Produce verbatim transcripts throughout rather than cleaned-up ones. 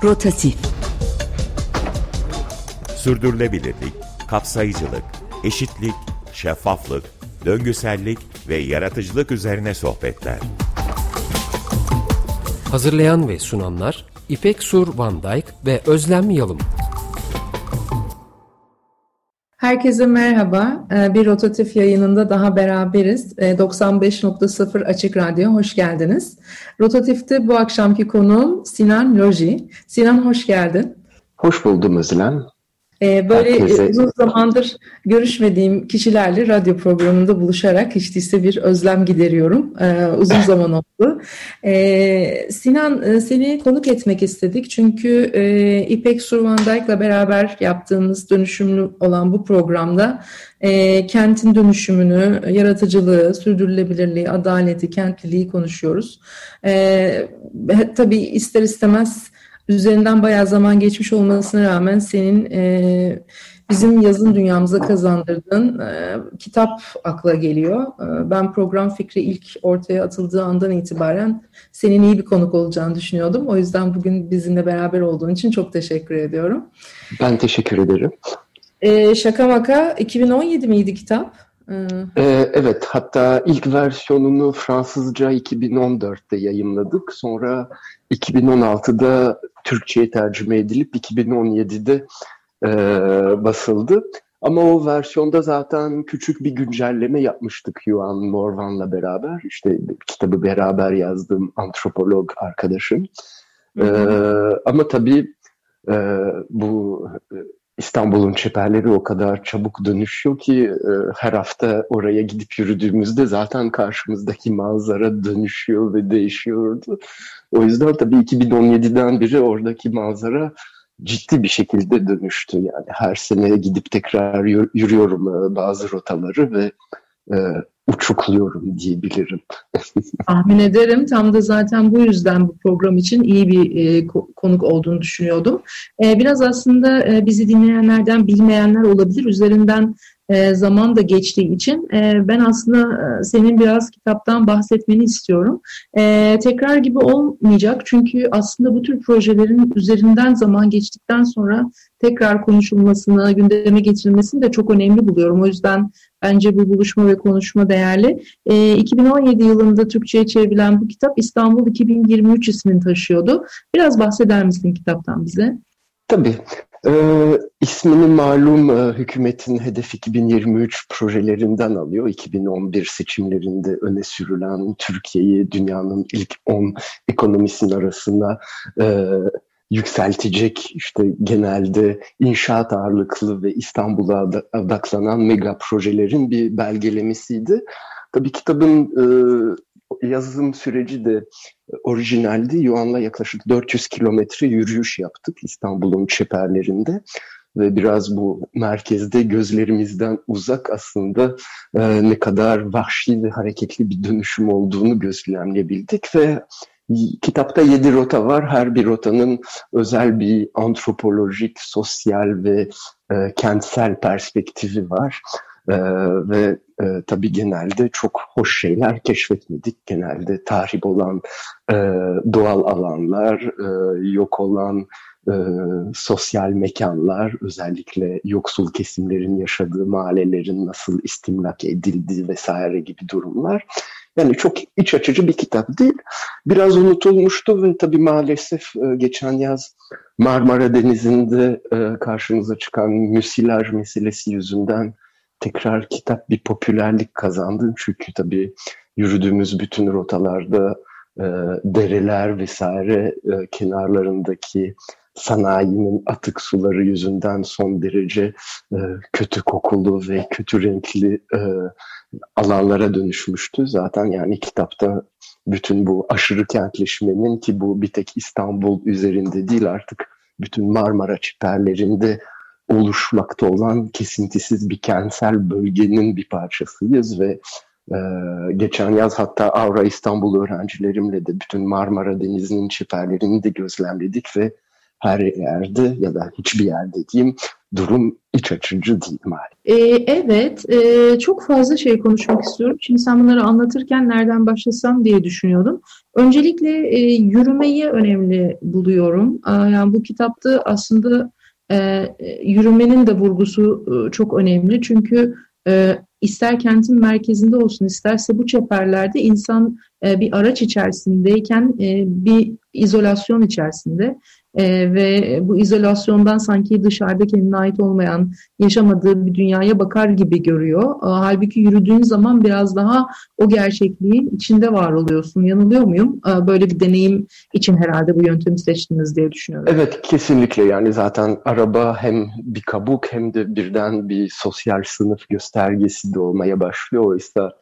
Rotatif. Sürdürülebilirlik, kapsayıcılık, eşitlik, şeffaflık, döngüsellik ve yaratıcılık üzerine sohbetler. Hazırlayan ve sunanlar İpek Sur Van Dijk ve Özlem Yalım. Herkese merhaba. Bir Rotatif yayınında daha beraberiz. doksan beş nokta sıfır Açık Radyo, hoş geldiniz. Rotatif'te bu akşamki konuğum Sinan Loji. Sinan, hoş geldin. Hoş buldum Özlem. Böyle Herkese... uzun zamandır görüşmediğim kişilerle radyo programında buluşarak hiç değilse bir özlem gideriyorum. Uzun zaman oldu. Sinan, seni konuk etmek istedik. Çünkü İpek Sur Van Dijk'la beraber yaptığımız dönüşümlü olan bu programda kentin dönüşümünü, yaratıcılığı, sürdürülebilirliği, adaleti, kentliliği konuşuyoruz. Tabii ister istemez üzerinden bayağı zaman geçmiş olmasına rağmen senin e, bizim yazın dünyamıza kazandırdığın e, kitap akla geliyor. E, ben program fikri ilk ortaya atıldığı andan itibaren senin iyi bir konuk olacağını düşünüyordum. O yüzden bugün bizimle beraber olduğun için çok teşekkür ediyorum. Ben teşekkür ederim. E, şaka maka iki bin on yedi miydi kitap? Ee, evet, hatta ilk versiyonunu Fransızca iki bin on dörtte yayımladık. Sonra iki bin on altıda Türkçe'ye tercüme edilip iki bin on yedide e, basıldı. Ama o versiyonda zaten küçük bir güncelleme yapmıştık Yuan Morvan'la beraber. İşte kitabı beraber yazdığım antropolog arkadaşım. Ee, ama tabii e, bu... İstanbul'un çeperleri o kadar çabuk dönüşüyor ki e, her hafta oraya gidip yürüdüğümüzde zaten karşımızdaki manzara dönüşüyor ve değişiyordu. O yüzden tabii iki bin on yediden beri oradaki manzara ciddi bir şekilde dönüştü. Yani her sene gidip tekrar yürüyorum e, bazı rotaları ve e, uçukluyorum diyebilirim. Tahmin ederim. Tam da zaten bu yüzden bu program için iyi bir e, konuk olduğunu düşünüyordum. E, biraz aslında e, bizi dinleyenlerden bilmeyenler olabilir. Üzerinden e, zaman da geçtiği için e, ben aslında e, senin biraz kitaptan bahsetmeni istiyorum. E, tekrar gibi olmayacak çünkü aslında bu tür projelerin üzerinden zaman geçtikten sonra tekrar konuşulmasını, gündeme getirilmesini de çok önemli buluyorum. O yüzden bence bu buluşma ve konuşma değerli. E, iki bin on yedi yılında Türkçe'ye çevrilen bu kitap İstanbul iki bin yirmi üç ismini taşıyordu. Biraz bahseder misin kitaptan bize? Tabii. Ee, ismini malum e, hükümetin Hedef iki bin yirmi üç projelerinden alıyor. iki bin on bir seçimlerinde öne sürülen Türkiye'yi dünyanın ilk on ekonomisinin arasına e, yükseltecek, işte genelde inşaat ağırlıklı ve İstanbul'a odaklanan mega projelerin bir belgelemesiydi. Tabii kitabın e, yazım süreci de orijinaldi. Yuan'la yaklaşık dört yüz kilometre yürüyüş yaptık İstanbul'un çeperlerinde. Ve biraz bu merkezde gözlerimizden uzak aslında e, ne kadar vahşi ve hareketli bir dönüşüm olduğunu gözlemleyebildik ve kitapta yedi rota var. Her bir rotanın özel bir antropolojik, sosyal ve e, kentsel perspektifi var. E, ve e, tabii genelde çok hoş şeyler keşfetmedik. Genelde tahrip olan e, doğal alanlar, e, yok olan e, sosyal mekanlar, özellikle yoksul kesimlerin yaşadığı mahallelerin nasıl istimlak edildiği vesaire gibi durumlar. Yani çok iç açıcı bir kitap değil. Biraz unutulmuştu ve tabii maalesef geçen yaz Marmara Denizi'nde karşımıza çıkan müsilaj meselesi yüzünden tekrar kitap bir popülerlik kazandı. Çünkü tabii yürüdüğümüz bütün rotalarda dereler vesaire kenarlarındaki sanayinin atık suları yüzünden son derece e, kötü kokulu ve kötü renkli e, alanlara dönüşmüştü. Zaten yani kitapta bütün bu aşırı kentleşmenin, ki bu bir tek İstanbul üzerinde değil artık bütün Marmara çeperlerinde oluşmakta olan kesintisiz bir kentsel bölgenin bir parçasıyız ve e, geçen yaz hatta Avra İstanbul öğrencilerimle de bütün Marmara Denizi'nin çeperlerini de gözlemledik ve her yerde ya da hiçbir yerde diyeyim durum iç açıcı değil maalesef. Ee, evet, e, çok fazla şey konuşmak istiyorum. Şimdi sen bunları anlatırken nereden başlasam diye düşünüyordum. Öncelikle e, yürümeyi önemli buluyorum. Ee, yani bu kitapta aslında e, yürümenin de vurgusu e, çok önemli. Çünkü e, ister kentin merkezinde olsun, isterse bu çeperlerde insan e, bir araç içerisindeyken e, bir izolasyon içerisinde. Ee, ve bu izolasyondan sanki dışarıda kendine ait olmayan, yaşamadığı bir dünyaya bakar gibi görüyor. Ee, halbuki yürüdüğün zaman biraz daha o gerçekliğin içinde var oluyorsun. Yanılıyor muyum? Ee, böyle bir deneyim için herhalde bu yöntemi seçtiniz diye düşünüyorum. Evet, kesinlikle. Yani zaten araba hem bir kabuk hem de birden bir sosyal sınıf göstergesi de olmaya başlıyor. Oysa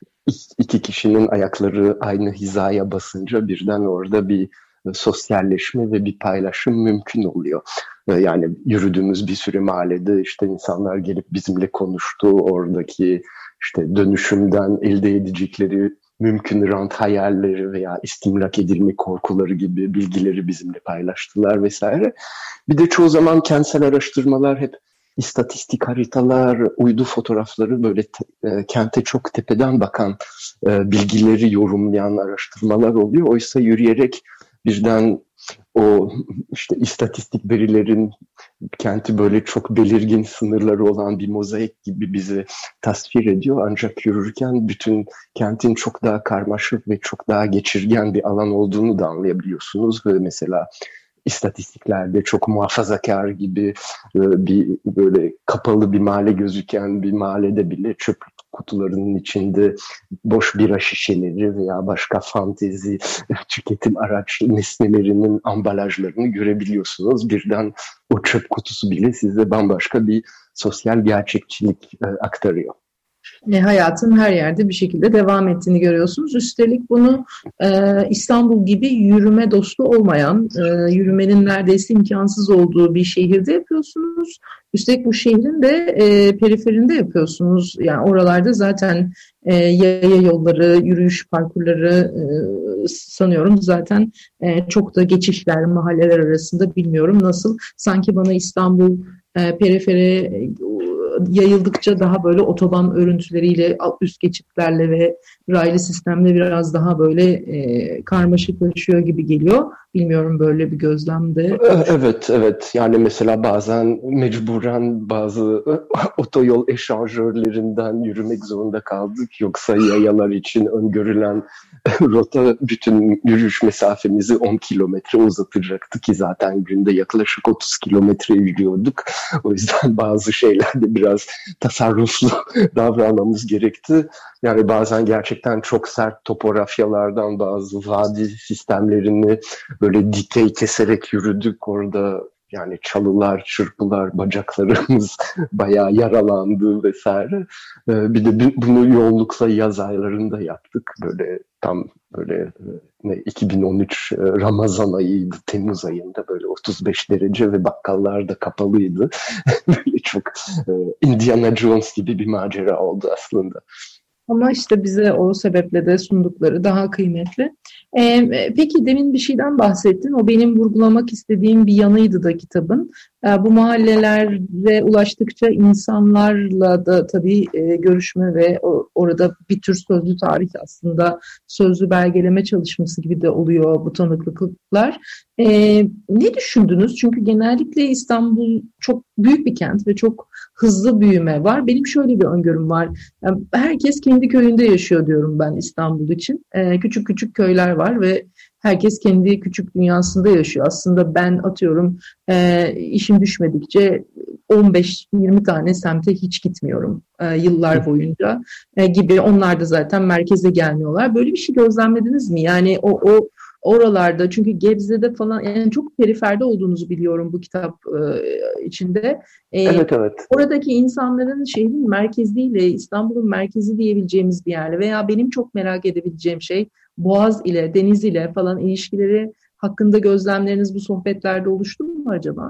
iki kişinin ayakları aynı hizaya basınca birden orada bir sosyalleşme ve bir paylaşım mümkün oluyor. Yani yürüdüğümüz bir sürü mahallede işte insanlar gelip bizimle konuştu. Oradaki işte dönüşümden elde edecekleri mümkün rant hayalleri veya istimlak edilme korkuları gibi bilgileri bizimle paylaştılar vesaire. Bir de çoğu zaman kentsel araştırmalar hep istatistik haritalar, uydu fotoğrafları böyle te, e, kente çok tepeden bakan e, bilgileri yorumlayan araştırmalar oluyor. Oysa yürüyerek birden o işte istatistik verilerin kenti böyle çok belirgin sınırları olan bir mozaik gibi bizi tasvir ediyor. Ancak yürürken bütün kentin çok daha karmaşık ve çok daha geçirgen bir alan olduğunu da anlayabiliyorsunuz. Ve mesela istatistiklerde çok muhafazakar gibi bir böyle kapalı bir mahalle gözüken bir mahallede bile çöp kutularının içinde boş bira şişeleri veya başka fantezi tüketim araç nesnelerinin ambalajlarını görebiliyorsunuz. Birden o çöp kutusu bile size bambaşka bir sosyal gerçekçilik e, aktarıyor. E, hayatın her yerde bir şekilde devam ettiğini görüyorsunuz. Üstelik bunu e, İstanbul gibi yürüme dostu olmayan, e, yürümenin neredeyse imkansız olduğu bir şehirde yapıyorsunuz. Üstelik bu şehrin de e, periferinde yapıyorsunuz. Yani oralarda zaten e, yaya yolları, yürüyüş parkurları e, sanıyorum zaten e, çok da geçişler mahalleler arasında, bilmiyorum nasıl. Sanki bana İstanbul e, perifere e, yayıldıkça daha böyle otoban örüntüleriyle, alt üst geçitlerle ve raylı sistemle biraz daha böyle e, karmaşıklaşıyor gibi geliyor. Bilmiyorum, böyle bir gözlemde. Evet, evet. Yani mesela bazen mecburen bazı otoyol eşanjörlerinden yürümek zorunda kaldık. Yoksa yayalar için öngörülen rota bütün yürüyüş mesafemizi on kilometre uzatacaktı ki zaten günde yaklaşık otuz kilometre yürüyorduk. O yüzden bazı şeylerde biraz tasarruflu davranmamız gerekti. Yani bazen gerçekten çok sert topografyalardan bazı vadi sistemlerini böyle dikey keserek yürüdük. Orada yani çalılar, çırpılar, bacaklarımız bayağı yaralandı vesaire. Ee, bir de bunu yoğunlukla yaz aylarında yaptık. Böyle tam böyle ne, iki bin on üç Ramazan ayıydı, Temmuz ayında böyle otuz beş derece ve bakkallar da kapalıydı. Böyle çok e, Indiana Jones gibi bir macera oldu aslında. Ama işte bize o sebeple de sundukları daha kıymetli. Ee, peki demin bir şeyden bahsettin. O benim vurgulamak istediğim bir yanıydı da kitabın. Ee, bu mahallelere ulaştıkça insanlarla da tabii e, görüşme ve o, orada bir tür sözlü tarih, aslında sözlü belgeleme çalışması gibi de oluyor bu tanıklıklar. Ee, ne düşündünüz? Çünkü genellikle İstanbul çok büyük bir kent ve çok hızlı büyüme var. Benim şöyle bir öngörüm var. Yani herkes kendi köyünde yaşıyor diyorum ben İstanbul için. Ee, küçük küçük köyler var ve herkes kendi küçük dünyasında yaşıyor. Aslında ben atıyorum e, işim düşmedikçe on beş yirmi tane semte hiç gitmiyorum e, yıllar boyunca e, gibi. Onlar da zaten merkeze gelmiyorlar. Böyle bir şey gözlemlediniz mi? Yani o o oralarda, çünkü Gebze'de falan yani çok periferde olduğunuzu biliyorum bu kitap e, içinde. E, evet evet. Oradaki insanların şehrin merkeziyle İstanbul'un merkezi diyebileceğimiz bir yer veya benim çok merak edebileceğim şey Boğaz ile, deniz ile falan ilişkileri hakkında gözlemleriniz bu sohbetlerde oluştu mu acaba?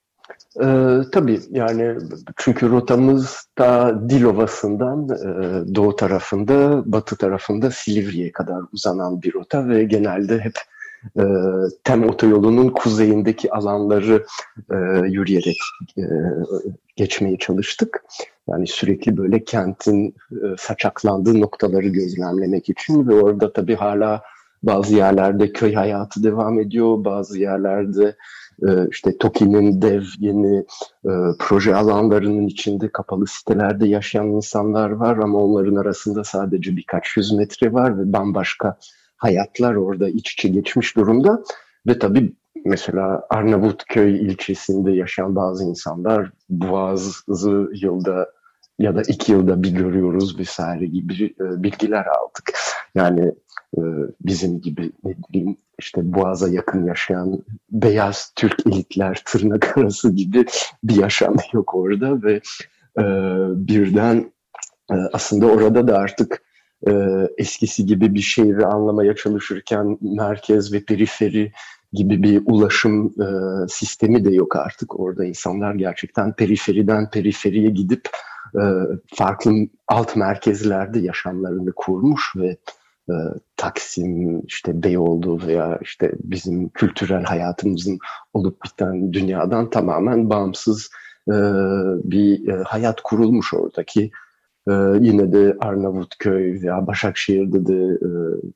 Ee, tabii yani çünkü rotamız da Dilovası'ndan e, doğu tarafında, batı tarafında Silivri'ye kadar uzanan bir rota ve genelde hep e, Tem otoyolunun kuzeyindeki alanları e, yürüyerek e, geçmeye çalıştık. Yani sürekli böyle kentin e, saçaklandığı noktaları gözlemlemek için ve orada tabii hala bazı yerlerde köy hayatı devam ediyor, bazı yerlerde e, işte TOKİ'nin dev yeni e, proje alanlarının içinde kapalı sitelerde yaşayan insanlar var ama onların arasında sadece birkaç yüz metre var ve bambaşka hayatlar orada iç içe geçmiş durumda. Ve tabii mesela Arnavutköy ilçesinde yaşayan bazı insanlar Boğaz'ı yılda ya da iki yılda bir görüyoruz vesaire gibi e, bilgiler aldık. Yani e, bizim gibi ne diyeyim işte Boğaz'a yakın yaşayan beyaz Türk elitler tırnak arası gibi bir yaşam yok orada ve e, birden e, aslında orada da artık e, eskisi gibi bir şehri anlamaya çalışırken merkez ve periferi gibi bir ulaşım e, sistemi de yok artık. Orada insanlar gerçekten periferiden periferiye gidip e, farklı alt merkezlerde yaşamlarını kurmuş ve e, Taksim, işte Beyoğlu veya işte bizim kültürel hayatımızın olup biten dünyadan tamamen bağımsız e, bir e, hayat kurulmuş oradaki. E, yine de Arnavutköy veya Başakşehir'de de e,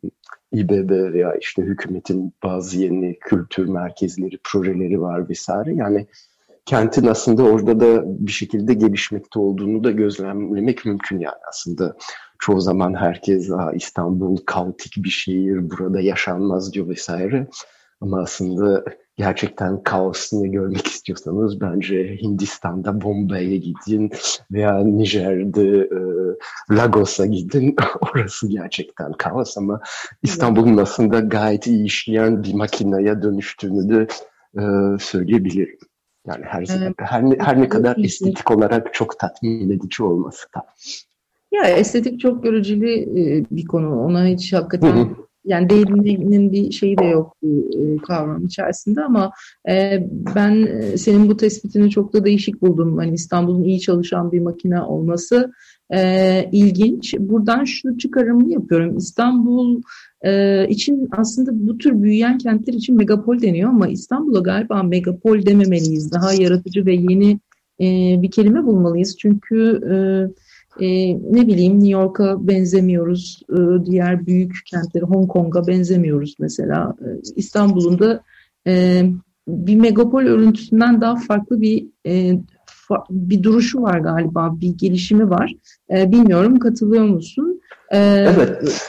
İBB veya işte hükümetin bazı yeni kültür merkezleri, projeleri var vesaire. Yani kentin aslında orada da bir şekilde gelişmekte olduğunu da gözlemlemek mümkün yani aslında. Çoğu zaman herkes İstanbul kaotik bir şehir, burada yaşanmaz diyor vesaire. Ama aslında gerçekten kaosunu görmek istiyorsanız bence Hindistan'da Bombay'e gidin veya Nijer'de e, Lagos'a gidin. Orası gerçekten kaos ama İstanbul'un aslında gayet iyi işleyen bir makineye dönüştüğünü de e, söyleyebilirim. Yani her, evet. her, her ne kadar estetik olarak çok tatmin edici olması da. Ya estetik çok göreceli bir konu. Ona hiç hakikaten hı hı. Yani değinmenin bir şeyi de yok bu kavram içerisinde ama e, ben senin bu tespitini çok da değişik buldum. Hani İstanbul'un iyi çalışan bir makine olması e, ilginç. Buradan şu çıkarımı yapıyorum. İstanbul e, için aslında bu tür büyüyen kentler için megapol deniyor ama İstanbul'a galiba megapol dememeliyiz. Daha yaratıcı ve yeni e, bir kelime bulmalıyız. Çünkü e, Ee, ne bileyim New York'a benzemiyoruz, ee, diğer büyük kentleri Hong Kong'a benzemiyoruz mesela. Ee, İstanbul'un da e, bir megapol örüntüsünden daha farklı bir e, fa, bir duruşu var galiba, bir gelişimi var. Ee, bilmiyorum katılıyor musun? Ee, evet.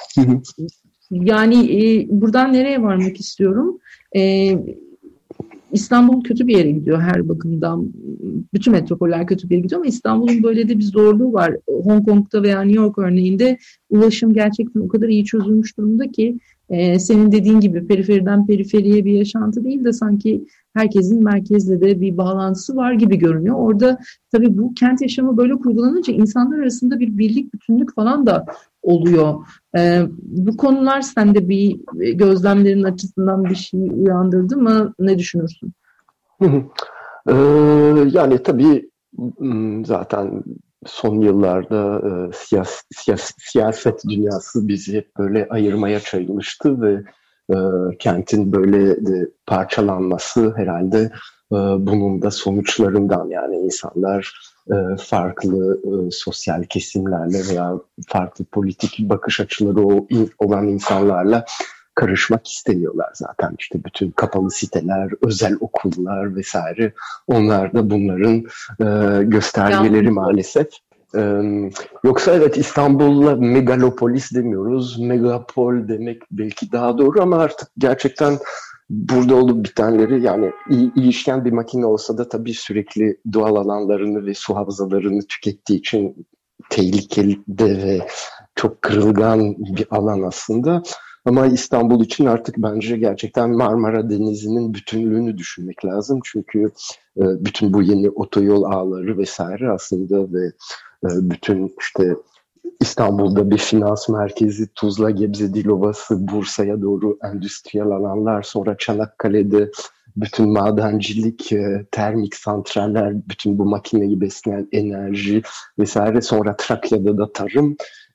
Yani e, buradan nereye varmak istiyorum? Ee, İstanbul kötü bir yere gidiyor her bakımdan. Bütün metropoller kötü bir yere gidiyor ama İstanbul'un böyle de bir zorluğu var. Hong Kong'da veya New York örneğinde ulaşım gerçekten o kadar iyi çözülmüş durumda ki e, senin dediğin gibi periferiden periferiye bir yaşantı değil de sanki herkesin merkezle de bir bağlantısı var gibi görünüyor. Orada tabii bu kent yaşamı böyle kurgulanınca insanlar arasında bir birlik, bütünlük falan da oluyor. Ee, bu konular sende bir gözlemlerin açısından bir şey uyandırdı mı? Ne düşünürsün? ee, yani tabii zaten son yıllarda e, siyas, siyas, siyaset dünyası bizi hep böyle ayırmaya çalışmıştı ve e, kentin böyle de parçalanması herhalde e, bunun da sonuçlarından yani insanlar e, farklı e, sosyal kesimlerle veya farklı politik bakış açıları o, olan insanlarla karışmak istemiyorlar zaten. İşte bütün kapalı siteler, özel okullar vesaire onlar da bunların e, göstergeleri ya. Maalesef. Ee, yoksa evet İstanbul'la megalopolis demiyoruz. Megapol demek belki daha doğru ama artık gerçekten burada olup bitenleri yani iyi, iyi işleyen bir makine olsa da tabii sürekli doğal alanlarını ve su havzalarını tükettiği için tehlikeli de ve çok kırılgan bir alan aslında. Ama İstanbul için artık bence gerçekten Marmara Denizi'nin bütünlüğünü düşünmek lazım. Çünkü e, bütün bu yeni otoyol ağları vesaire aslında ve bütün işte İstanbul'da bir finans merkezi, Tuzla, Gebze, Dilovası, Bursa'ya doğru endüstriyel alanlar, sonra Çanakkale'de bütün madencilik, termik santraller, bütün bu makineyi besleyen enerji vesaire, sonra Trakya'da da tarım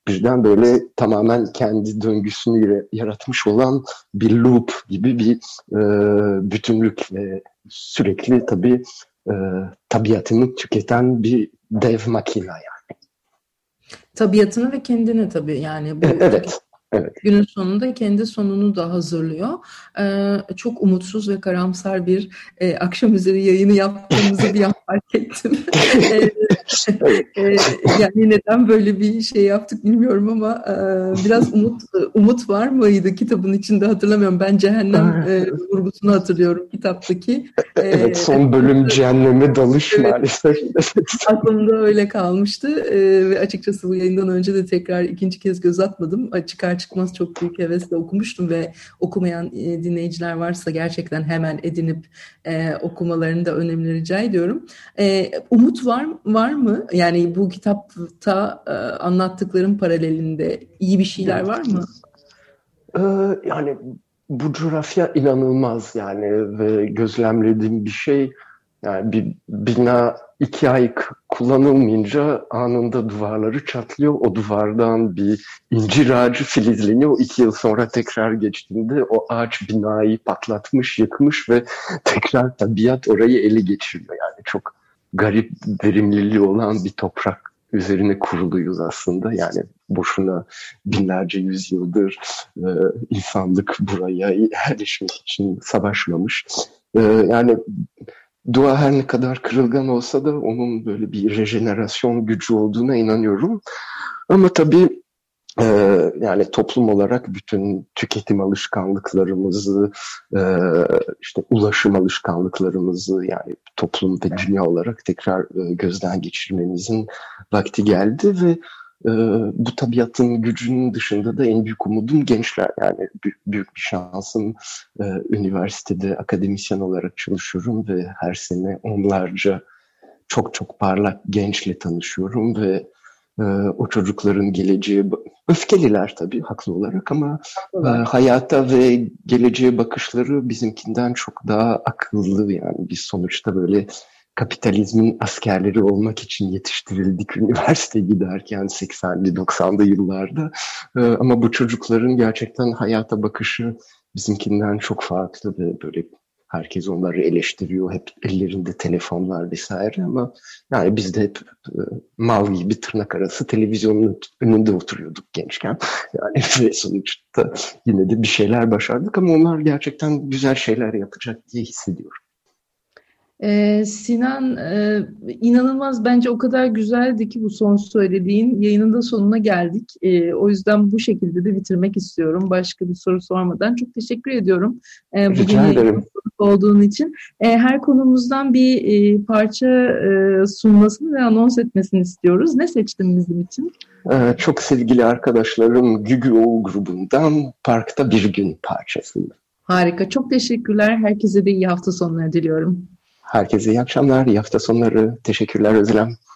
birden böyle tamamen kendi döngüsünü yaratmış olan bir loop gibi bir e, bütünlük ve sürekli tabii e, tabiatını tüketen bir dev makina yani. Tabiatını ve kendini tabii yani. Bu evet. Evet. Günün sonunda kendi sonunu da hazırlıyor. Ee, çok umutsuz ve karamsar bir e, akşam üzeri yayını yaptığımızı bir an fark ettim. e, e, yani neden böyle bir şey yaptık bilmiyorum ama e, biraz umut umut var mıydı kitabın içinde hatırlamıyorum. Ben cehennem e, vurgusunu hatırlıyorum kitaptaki. E, evet, son bölüm cehenneme dalış evet, maalesef. Aklımda öyle kalmıştı e, ve açıkçası bu yayından önce de tekrar ikinci kez göz atmadım. Çıkar çıkmaz çok büyük hevesle okumuştum ve okumayan e, dinleyiciler varsa gerçekten hemen edinip e, okumalarını da önemli rica ediyorum. E, umut var var mı? Yani bu kitapta e, anlattıklarım paralelinde iyi bir şeyler var mı? Ee, yani bu coğrafya inanılmaz yani ve gözlemlediğim bir şey. Yani bir bina iki ay kullanılmayınca anında duvarları çatlıyor. O duvardan bir incir ağacı filizleniyor. İki yıl sonra tekrar geçtiğinde o ağaç binayı patlatmış, yıkmış ve tekrar tabiat orayı ele geçiriyor. Yani çok garip verimliliği olan bir toprak üzerine kuruluyuz aslında. Yani boşuna binlerce yüzyıldır e, insanlık buraya yerleşmek için savaşmamış. E, yani dua her ne kadar kırılgan olsa da onun böyle bir rejenerasyon gücü olduğuna inanıyorum. Ama tabii e, yani toplum olarak bütün tüketim alışkanlıklarımızı, e, işte ulaşım alışkanlıklarımızı yani toplum ve dünya olarak tekrar e, gözden geçirmemizin vakti geldi ve e, bu tabiatın gücünün dışında da en büyük umudum gençler. Yani büyük bir şansım. E, üniversitede akademisyen olarak çalışıyorum ve her sene onlarca çok çok parlak gençle tanışıyorum ve e, o çocukların geleceği, öfkeliler tabii haklı olarak ama e, hayata ve geleceğe bakışları bizimkinden çok daha akıllı. Yani biz sonuçta böyle kapitalizmin askerleri olmak için yetiştirildik üniversiteye giderken seksenli doksanlı yıllarda. Ee, ama bu çocukların gerçekten hayata bakışı bizimkinden çok farklı ve böyle herkes onları eleştiriyor. Hep ellerinde telefonlar vesaire ama yani biz de hep e, mal gibi tırnak arası televizyonun önünde oturuyorduk gençken. Yani ve sonuçta yine de bir şeyler başardık ama onlar gerçekten güzel şeyler yapacak diye hissediyorum. Ee, Sinan, e, inanılmaz bence o kadar güzeldi ki bu son söylediğin. Yayının da sonuna geldik. E, o yüzden bu şekilde de bitirmek istiyorum. Başka bir soru sormadan. Çok teşekkür ediyorum. E, Rica ederim. Olduğun için. E, her konumuzdan bir e, parça e, sunmasını ve anons etmesini istiyoruz. Ne seçtin bizim için? Ee, çok sevgili arkadaşlarım Gügüo grubundan Parkta Bir Gün parçasında. Harika. Çok teşekkürler. Herkese de iyi hafta sonları diliyorum. Herkese iyi akşamlar, iyi hafta sonları. Teşekkürler Özlem.